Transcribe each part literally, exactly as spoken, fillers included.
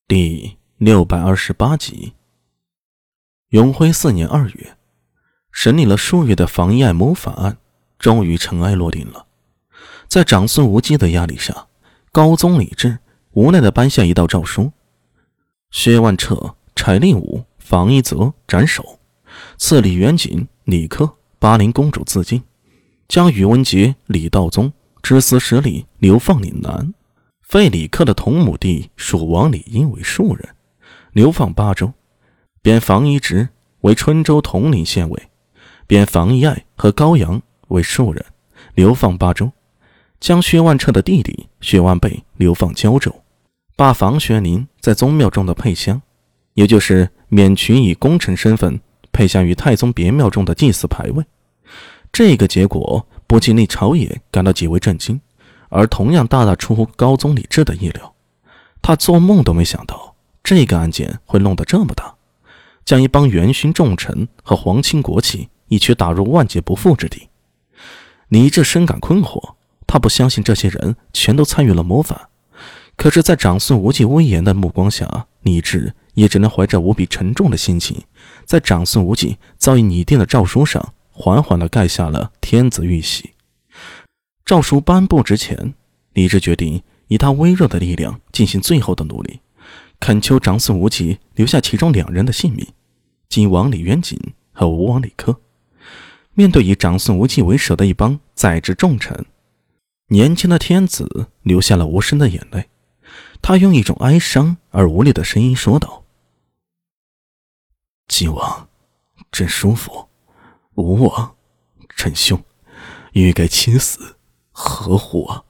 第六百二十八集。永徽四年二月，审理了数月的防疫爱谋反案终于尘埃落定了。在长孙无忌的压力下，高宗李治无奈地颁下一道诏书：薛万彻、柴令武、房一泽斩首，赐李元锦、李克、巴陵公主自尽，将宇文杰、李道宗知司十里流放岭南，废李克的同母弟蜀王李英为庶人，流放巴州，贬房一直为春州统领县尉，贬房一爱和高阳为庶人，流放巴州，将薛万彻的弟弟薛万倍流放胶州，罢房玄龄在宗庙中的配香，也就是免取以功臣身份配享于太宗别庙中的祭祀牌位。这个结果不仅令朝野感到极为震惊，而同样大大出乎高宗李治的意料。他做梦都没想到这个案件会弄得这么大，将一帮元勋重臣和皇亲国戚一举打入万劫不复之地。李治深感困惑，他不相信这些人全都参与了谋反，可是在长孙无忌威严的目光下，李治也只能怀着无比沉重的心情，在长孙无忌早已拟定的诏书上缓缓地盖下了天子玉玺。诏书颁布之前，李治决定以他微弱的力量进行最后的努力，恳求长孙无忌留下其中两人的性命，晋王李元锦和吴王李克。面对以长孙无忌为首的一帮在职重臣，年轻的天子流下了无声的眼泪。他用一种哀伤而无力的声音说道：晋王，朕叔父，吴王，臣兄，欲盖亲死，何乎啊？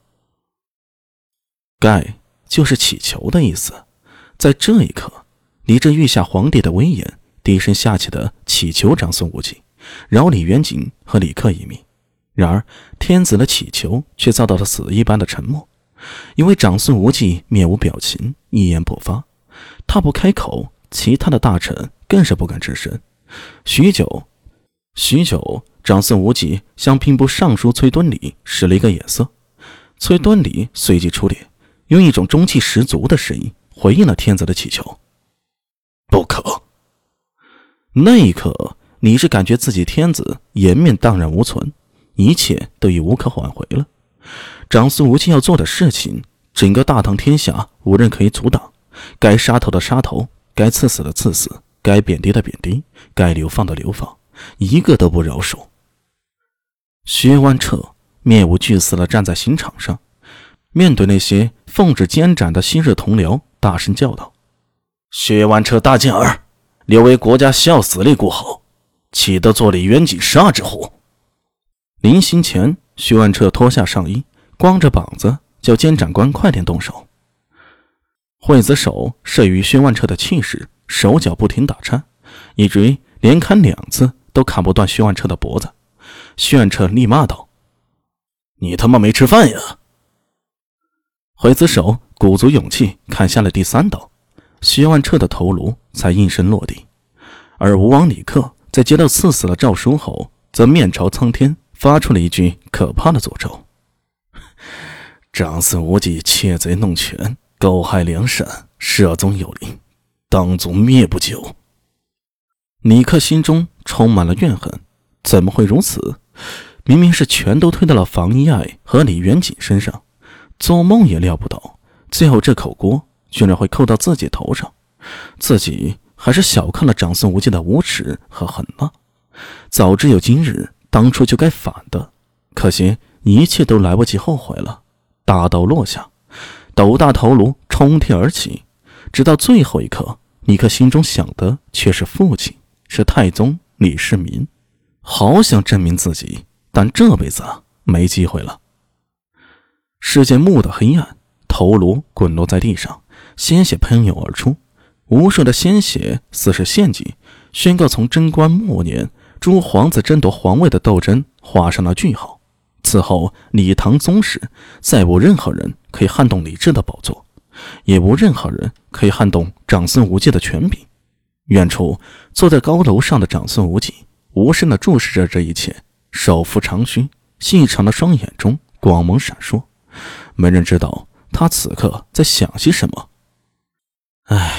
盖就是祈求的意思。在这一刻，李治御下皇帝的威严，低声下气地祈求长孙无忌饶李元锦和李克一命。然而天子的祈求却遭到了死一般的沉默，因为长孙无忌面无表情，一言不发。他不开口，其他的大臣更是不敢吱声。许久许久长孙无忌向兵部尚书崔敦礼使了一个眼色，崔敦礼随即出脸，用一种中气十足的声音回应了天子的祈求：不可。那一刻，李治感觉自己天子颜面荡然无存，一切都已无可挽回了。长孙无忌要做的事情，整个大唐天下无人可以阻挡，该杀头的杀头，该赐死的赐死，该贬低的贬低，该流放的流放，一个都不饶恕。薛万彻面无惧色地站在刑场上，面对那些奉旨监斩的昔日同僚，大声叫道：薛万彻大健儿，留为国家孝死力固好，岂得做李元锦杀之乎？临行前，薛万彻脱下上衣，光着膀子叫监斩官快点动手。刽子手慑于薛万彻的气势，手脚不停打颤，以至于连砍两次都砍不断薛万彻的脖子。薛万彻厉骂道：你他妈没吃饭呀！刽子手鼓足勇气砍下了第三刀，薛万彻的头颅才应声落地。而吴王李克在接到赐死的诏书后，则面朝苍天发出了一句可怕的诅咒：长孙无忌窃贼弄权，狗害良善，涉宗有灵，当族灭不久。李克心中充满了怨恨，怎么会如此？明明是全都推到了房一爱和李元锦身上，做梦也料不到最后这口锅居然会扣到自己头上，自己还是小看了长孙无忌的无耻和狠辣。早知有今日，当初就该反的，可惜一切都来不及后悔了。大刀落下，斗大头颅冲天而起，直到最后一刻，李克心中想的却是父亲，是太宗李世民。好想证明自己，但这辈子啊，没机会了。世界蓦地黑暗，头颅滚落在地上，鲜血喷涌而出，无数的鲜血似是陷阱，宣告从贞观末年诸皇子争夺皇位的斗争画上了句号。此后李唐宗室再无任何人可以撼动李治的宝座，也无任何人可以撼动长孙无忌的权柄。远处坐在高楼上的长孙无忌无声地注视着这一切，手扶长须，细长的双眼中光芒闪烁，没人知道他此刻在想些什么。唉，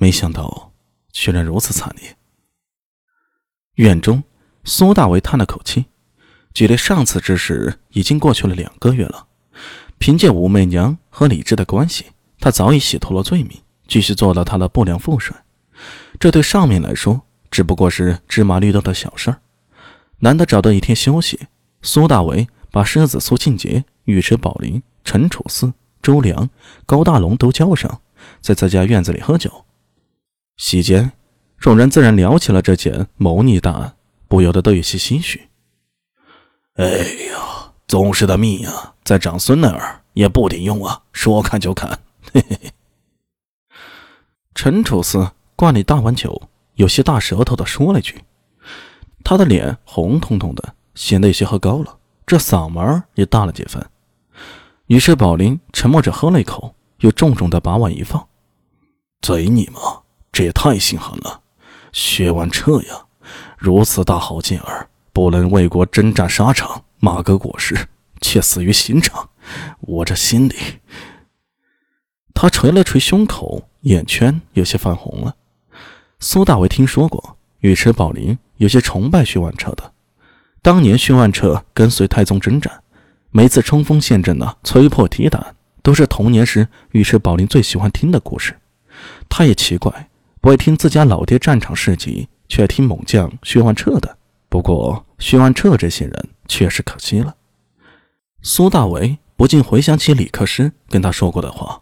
没想到居然如此惨烈。院中，苏大为叹了口气，距离上次之事已经过去了两个月了。凭借武媚娘和李治的关系，他早已洗脱了罪名，继续做了他的不良副帅。这对上面来说只不过是芝麻绿豆的小事儿。难得找到一天休息，苏大为把狮子苏庆节、尉迟宝林、陈楚嗣、周良、高大龙都叫上，在自家院子里喝酒。席间，众人自然聊起了这件谋逆大案，不由得都有些唏嘘。哎呀，宗室的命啊，在长孙那儿也不顶用啊，说看就看。嘿嘿嘿。陈楚嗣灌了大碗酒，有些大舌头的说了一句，他的脸红彤彤的，显得有些喝高了，这嗓门也大了几分。于是宝林沉默着喝了一口，又重重的把碗一放。贼你妈，这也太心寒了！薛万彻呀，如此大好劲儿，不能为国征战沙场，马革裹尸，却死于刑场，我这心里……他捶了捶胸口，眼圈有些泛红了。苏大为听说过尉迟宝林有些崇拜薛万彻的，当年薛万彻跟随太宗征战，每次冲锋陷阵的摧破铁胆，都是童年时尉迟宝林最喜欢听的故事。他也奇怪，不会听自家老爹战场事迹，却听猛将薛万彻的。不过薛万彻这些人确实可惜了。苏大为不禁回想起李克师跟他说过的话，